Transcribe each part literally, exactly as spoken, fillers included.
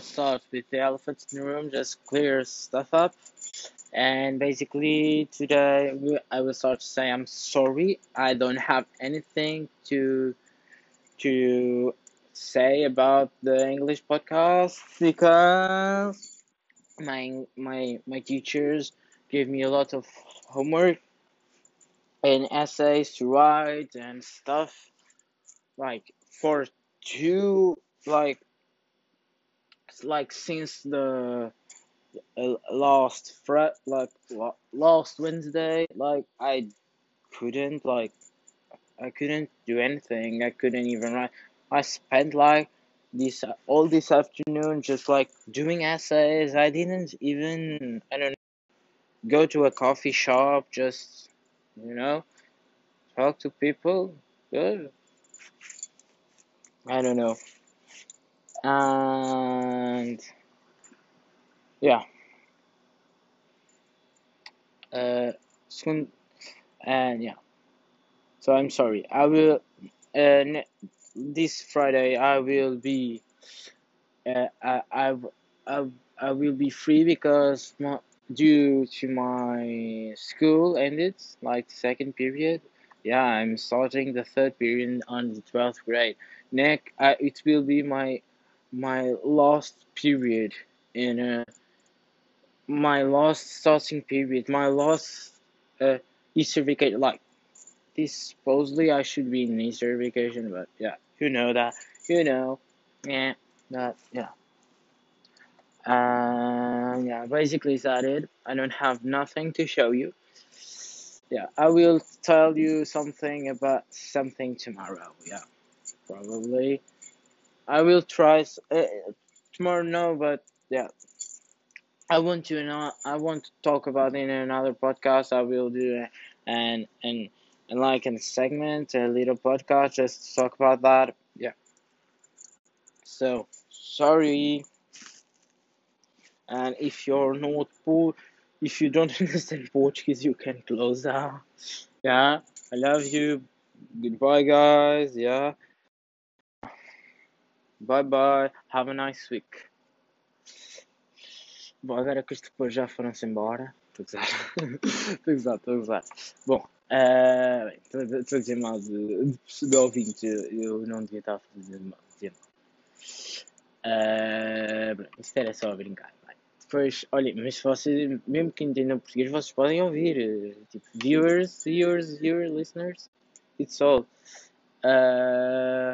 let's start with the elephant in the room, just clear stuff up. And basically, today we, I will start to say I'm sorry. I don't have anything to to say about the English podcast because my my my teachers gave me a lot of homework and essays to write and stuff like for two like like since the uh, last fret like la- last Wednesday. Like I couldn't like I couldn't do anything. I couldn't even write. I spent like this all this afternoon just like doing essays. I didn't even I don't know go to a coffee shop. Just you know talk to people. Good. I don't know. And yeah. Uh. Soon and yeah. So I'm sorry. I will. Uh. Ne- this Friday I will be uh, I, I, I, I will be free because my, due to my school ended, like second period. Yeah, I'm starting the third period on the twelfth grade. Next, uh, it will be my my last period in uh, my last starting period, my last uh, Easter vacation. Like this, supposedly I should be in Easter vacation, but yeah, you know that, you know, yeah, that, yeah. And yeah, basically is that it. I don't have nothing to show you. Yeah, I will tell you something about something tomorrow. Yeah, probably. I will try uh, tomorrow. No, but yeah, I want to know. I want to talk about in another podcast. I will do and and and like a segment, a little podcast, just to talk about that. Yeah. So sorry. And if you're not poor, if you don't understand Portuguese, you can close down. Yeah, I love you. Goodbye, guys. Yeah, bye bye. Have a nice week. Bom, agora que os depois já foram-se embora. Estou a gozar. Estou a gozar, estou a gozar. Bom, uh, estou a dizer mal de, de, de ouvinte. Eu não devia estar a fazer mal. Dizer mal. Uh, isto era só a brincar. Pois, olha, mas se vocês, mesmo que entendam português, vocês podem ouvir. Tipo, viewers, viewers, viewers, listeners. It's all. Uh,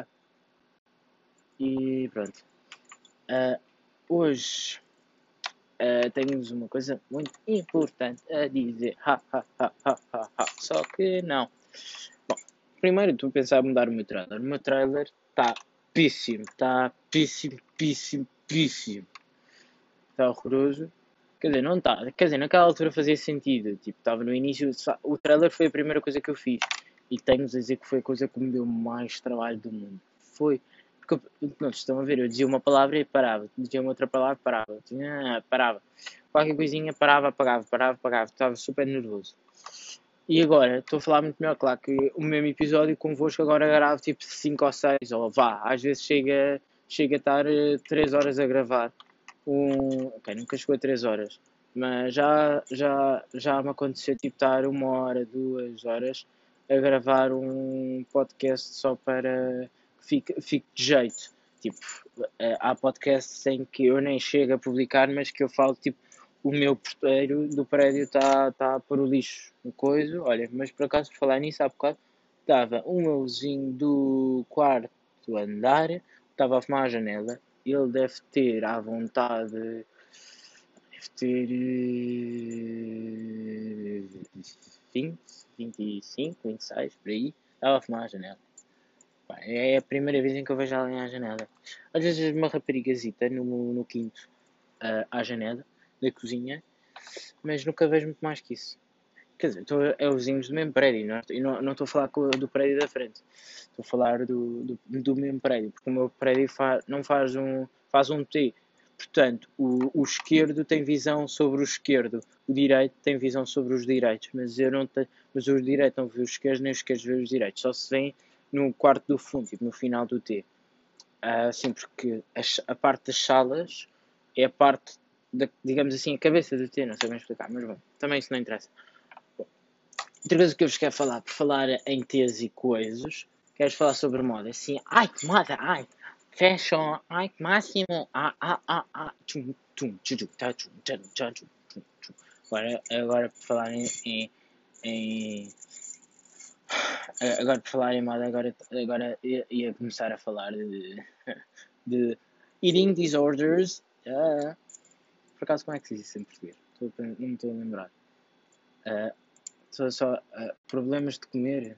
e pronto. Uh, hoje uh, temos uma coisa muito importante a dizer. Ha, ha, ha, ha, ha, ha. Só que não. Bom, primeiro estou a pensar em mudar o meu trailer. O meu trailer está píssimo. Está píssimo, píssimo, píssimo. Está horroroso. Quer dizer, não está. Quer dizer, naquela altura fazia sentido. Tipo, estava no início. O trailer foi a primeira coisa que eu fiz. E tenho-vos a dizer que foi a coisa que me deu mais trabalho do mundo. Foi. Porque, não, estão a ver, eu dizia uma palavra e parava. Dizia uma outra palavra e parava. Ah, parava. Qualquer coisinha parava, apagava, parava, apagava. Estava super nervoso. E agora, estou a falar muito melhor. Claro que o mesmo episódio convosco agora gravo tipo cinco ou seis. Ou vá, às vezes chega, chega a estar três horas a gravar. Um, ok, nunca chegou a três horas, mas já, já, já me aconteceu tipo estar uma hora, duas horas a gravar um podcast só para que fique, fique de jeito. Tipo, há podcasts em que eu nem chego a publicar, mas que eu falo tipo o meu porteiro do prédio está tá a pôr o lixo no coisa. Olha, mas por acaso, por falar nisso, há bocado estava o meu vizinho do quarto andar, estava a fumar a janela. Ele deve ter à vontade, deve ter vinte, vinte e cinco, vinte e seis, por aí, estava a fumar à janela. É a primeira vez em que eu vejo alguém à janela. Às vezes uma raparigazita no, no quinto, uh, à janela da cozinha, mas nunca vejo muito mais que isso. Quer dizer, estou é os vizinhos do mesmo prédio, não, e não, não estou a falar do prédio da frente, estou a falar do, do, do mesmo prédio, porque o meu prédio faz, não faz um, faz um T, portanto, o, o esquerdo tem visão sobre o esquerdo, o direito tem visão sobre os direitos, mas eu não tenho, mas os direitos não veem os esquerdos, nem os esquerdos veem os direitos, só se vêem no quarto do fundo, tipo no final do T. Uh, sim, porque a, a parte das salas é a parte, da, digamos assim, a cabeça do T, não sei bem explicar, mas bom, também isso não interessa. Bom, outra coisa que eu vos quero falar, por falar em T's e coisas, queres falar sobre moda, assim, ai que moda, ai, fashion, ai que máximo, ah, ah, ah, ah, tchum, tchum, tchum, tchum, tchum, tchum, tchum, tchum, tchum. Agora, agora por falar em, em, em agora por falar em moda, agora, agora ia, ia começar a falar de, de eating disorders. Uh, por acaso, como é que se diz isso em português? Estou a, não me estou a lembrar. Uh, só só uh, problemas de comer.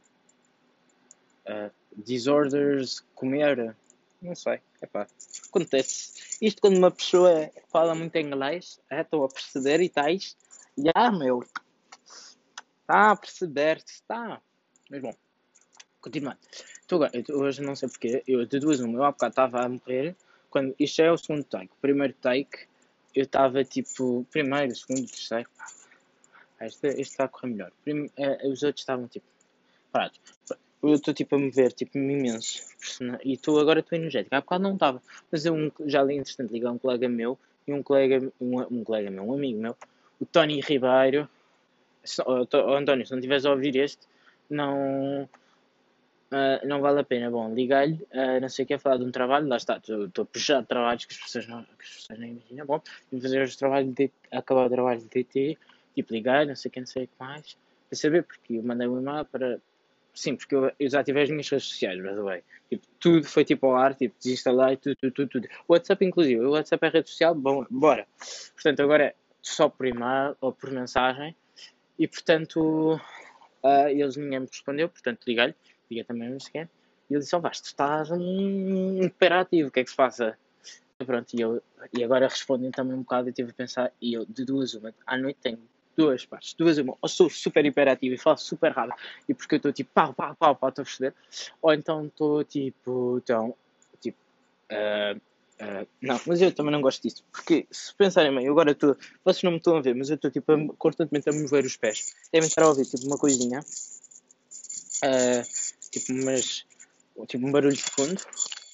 Uh, disorders, comer. Não sei. Epá, acontece. Isto quando uma pessoa fala muito inglês, é, estou a perceber e tais. Já, yeah, meu. Está a perceber-se, está. Mas bom. Continuando. Então, agora, eu, hoje não sei porquê, eu de duas uma, eu há bocado estava a morrer, quando, isto já é o segundo take. O primeiro take, eu estava tipo, primeiro, segundo, terceiro, pá, este, este está a correr melhor. Prime, eh, os outros estavam tipo, parados. Eu estou tipo a me ver, tipo, imenso. E estou agora estou energético. Há bocado não estava. Mas eu um, já ali, entretanto, liguei a um colega meu, e um colega, um, um colega meu, um amigo meu, o Tony Ribeiro. Se, oh, oh, António, se não estiveres a ouvir este, não. Uh, não vale a pena. Bom, liguei-lhe, uh, não sei o que, é falar de um trabalho, lá está, estou puxado de trabalhos que as pessoas não, que as pessoas nem imaginam. Bom, vim fazer os trabalhos de acabar o trabalho de D T, tipo, liguei, não sei o que, não sei o que mais, para saber, porque eu mandei um e-mail para. Sim, porque eu, eu desativei as minhas redes sociais, by the way. Tipo, tudo foi tipo ao ar, tipo, desinstalei, tudo, tudo, tudo, tudo. O WhatsApp, inclusive, o WhatsApp é rede social, bom, bora. Portanto, agora é só por e-mail ou por mensagem, e portanto, uh, eles ninguém me respondeu, portanto, liguei-lhe. Liguei também no sequer. E ele disse: Ó Vasco, estás um imperativo, o que é que se passa? E pronto, e, eu, e agora respondem também um bocado. Eu tive a pensar, e eu de duas uma, à noite tenho duas partes, duas uma, ou sou super hiperativo e falo super rápido, e porque eu estou tipo pau, pau, pau, pau, estou a perceber, ou então estou tipo, tão, tipo, uh, uh, não, mas eu também não gosto disso, porque se pensarem bem, eu agora estou, vocês não me estão a ver, mas eu estou tipo a, constantemente a mover os pés, devem estar a ouvir tipo uma coisinha. Uh, tipo, umas, tipo um barulho de fundo.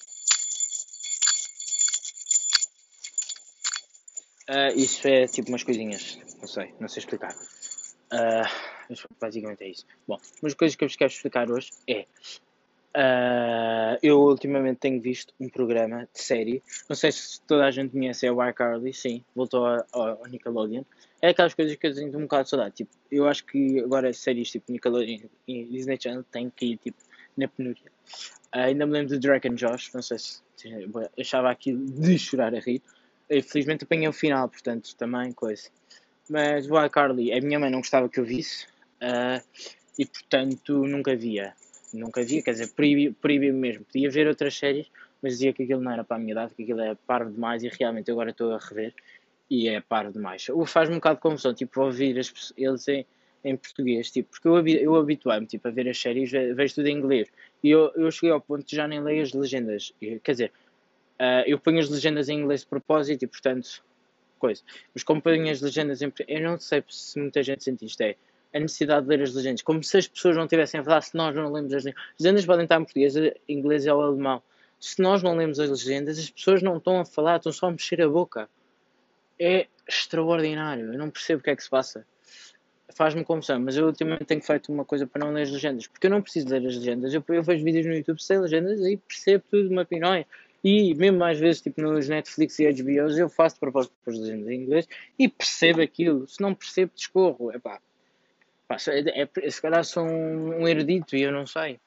Uh, isso é tipo umas coisinhas, não sei, não sei explicar. Uh, basicamente é isso. Bom, umas coisas que eu vos quero explicar hoje é. Uh, eu ultimamente tenho visto um programa de série. Não sei se toda a gente conhece, é o iCarly, sim, voltou ao Nickelodeon. É aquelas coisas que eu sinto um bocado de saudade. Tipo, eu acho que agora séries tipo Nickelodeon e Disney Channel têm que ir tipo, na penúria. Uh, ainda me lembro do Drake and Josh, não sei se, se eu achava aquilo de chorar a rir. Infelizmente apanhei o final, portanto também coisa. Mas o iCarly, a minha mãe não gostava que eu visse uh, e portanto nunca via. Nunca via, quer dizer, proibi mesmo. Podia ver outras séries, mas dizia que aquilo não era para a minha idade, que aquilo é parvo demais e realmente agora estou a rever e é parvo demais. O faz-me um bocado de confusão, tipo, ouvir as, eles em, em português, tipo, porque eu, eu habituei-me tipo, a ver as séries, vejo tudo em inglês. E eu, eu cheguei ao ponto de já nem leio as legendas. Quer dizer, uh, eu ponho as legendas em inglês de propósito e, portanto, coisa. Mas como ponho as legendas em eu não sei se muita gente sente isto, é a necessidade de ler as legendas. Como se as pessoas não tivessem a falar, se nós não lemos as legendas. As legendas podem estar em português, inglês ou alemão. Se nós não lemos as legendas, as pessoas não estão a falar, estão só a mexer a boca. É extraordinário. Eu não percebo o que é que se passa. Faz-me confusão, mas eu ultimamente tenho feito uma coisa para não ler as legendas, porque eu não preciso ler as legendas. Eu, eu vejo vídeos no YouTube sem legendas e percebo tudo de uma pinóia. E mesmo às vezes, tipo nos Netflix e H B Os, eu faço de propósito para as legendas em inglês e percebo aquilo. Se não percebo, discorro. Epá, pá, é, é, se calhar sou um, um erudito e eu não sei.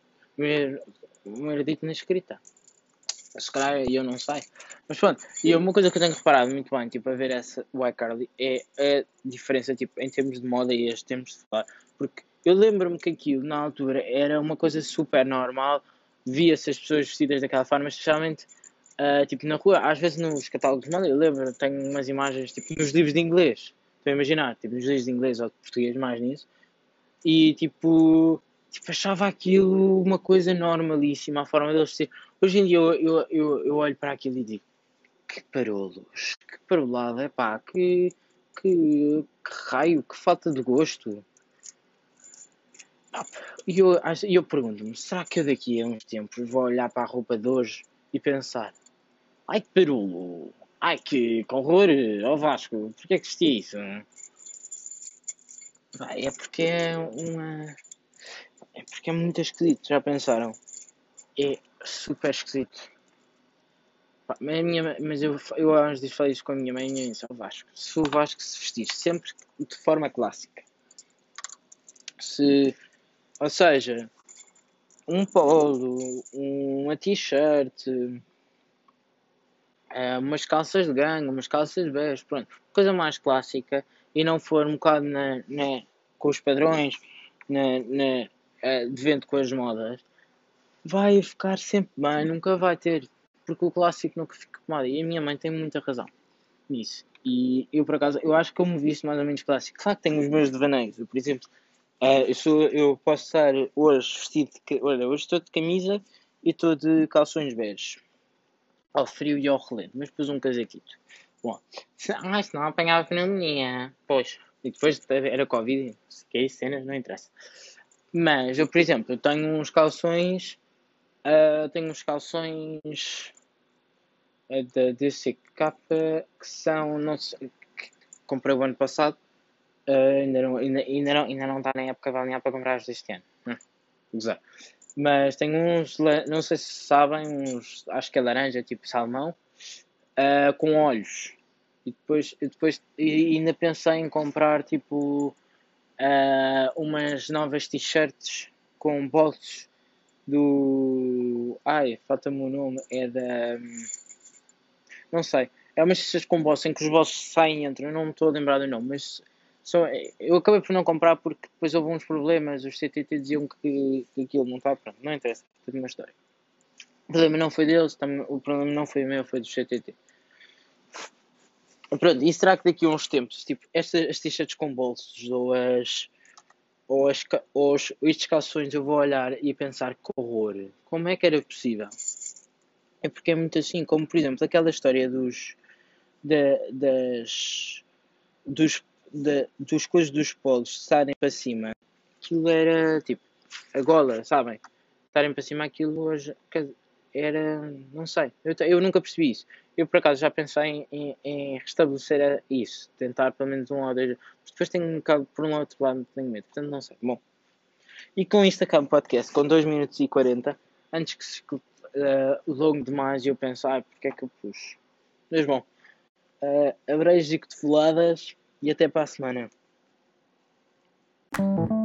Um erudito na escrita. Se calhar eu não sei. Mas pronto, e uma coisa que eu tenho reparado muito bem, tipo, a ver essa o iCarly, é a diferença, tipo, em termos de moda e este termos de falar. Porque eu lembro-me que aquilo, na altura, era uma coisa super normal, via-se as pessoas vestidas daquela forma, especialmente, uh, tipo, na rua. Às vezes nos catálogos de moda, eu lembro, tenho umas imagens, tipo, nos livros de inglês. Estou a imaginar, tipo, nos livros de inglês ou de português, mais nisso. E, tipo, tipo, achava aquilo uma coisa normalíssima, a forma deles ser. Hoje em dia eu, eu, eu, eu olho para aquilo e digo, que parolos, que parolada, pá, que, que, que raio, que falta de gosto. E eu, eu pergunto-me, será que eu daqui a uns tempos vou olhar para a roupa de hoje e pensar, ai que parolo, Ai, que, que horror! Ó Vasco, porquê é que vesti isso? Pá, é porque é uma. É porque é muito esquisito, já pensaram? É super esquisito. Pá, mas, a minha, mas eu, eu antes disso falei isso com a minha mãe e a minha mãe disse, ó Vasco, se o Vasco se vestir sempre de forma clássica, se, ou seja, um polo, uma t-shirt, eh, umas calças de gangue, umas calças de bege, pronto, coisa mais clássica e não for um bocado na, na, com os padrões, na, na, eh, de vento com as modas, vai ficar sempre bem, nunca vai ter, porque o clássico nunca fica com moda. E a minha mãe tem muita razão nisso. E eu, por acaso, eu acho que eu me visto mais ou menos clássico. Claro que tenho os meus devaneios. Eu, por exemplo, uh, eu, sou, eu posso estar hoje vestido de. Olha, hoje estou de camisa e estou de calções bege. Ao frio e ao relento, mas pus um casaquito. Bom, se, ah, se não apanhava pneumonia. Pois, e depois era Covid, que é isso, cenas, não interessa. Mas eu, por exemplo, eu tenho uns calções. Uh, tenho uns calções uh, da D C K que são. Não sei, que comprei o ano passado. Uh, ainda, não, ainda, ainda, não, ainda não está na época de alinhar para comprar os deste ano. Hum, usar. Mas tenho uns, não sei se sabem, uns, acho que é laranja, tipo salmão, uh, com olhos. E depois, e depois e ainda pensei em comprar tipo uh, umas novas t-shirts com bolsos do. Ai, falta-me o nome, é da. Não sei. É umas t-shirts com bolsos em que os bolsos saem e entram. Eu não me estou a lembrar do nome, mas só, eu acabei por não comprar porque depois houve uns problemas. Os C T T diziam que, que aquilo não está pronto. Não interessa, foi uma história. O problema não foi deles, também, o problema não foi meu, foi do C T T. Pronto, e será que daqui a uns tempos, tipo, estas as t-shirts com bolsos ou as. Ou, as, ou os, estes calções eu vou olhar e pensar que horror, como é que era possível? É porque é muito assim, como por exemplo aquela história dos. Da, das. Dos, da, dos coisas dos polos estarem para cima. Aquilo era tipo. A gola, sabem? Estarem para cima aquilo hoje. Era. Não sei. Eu, eu nunca percebi isso. Eu por acaso já pensei em, em restabelecer isso. Tentar pelo menos um ou dois. Mas depois tenho um bocado por um outro lado, tenho medo. Portanto, não sei. Bom. E com isto acabo o podcast com dois minutos e quarenta. Antes que se uh, longo demais e eu penso, ah, porque é que eu puxo? Mas bom. Uh, abreijos e cotoveladas e até para a semana.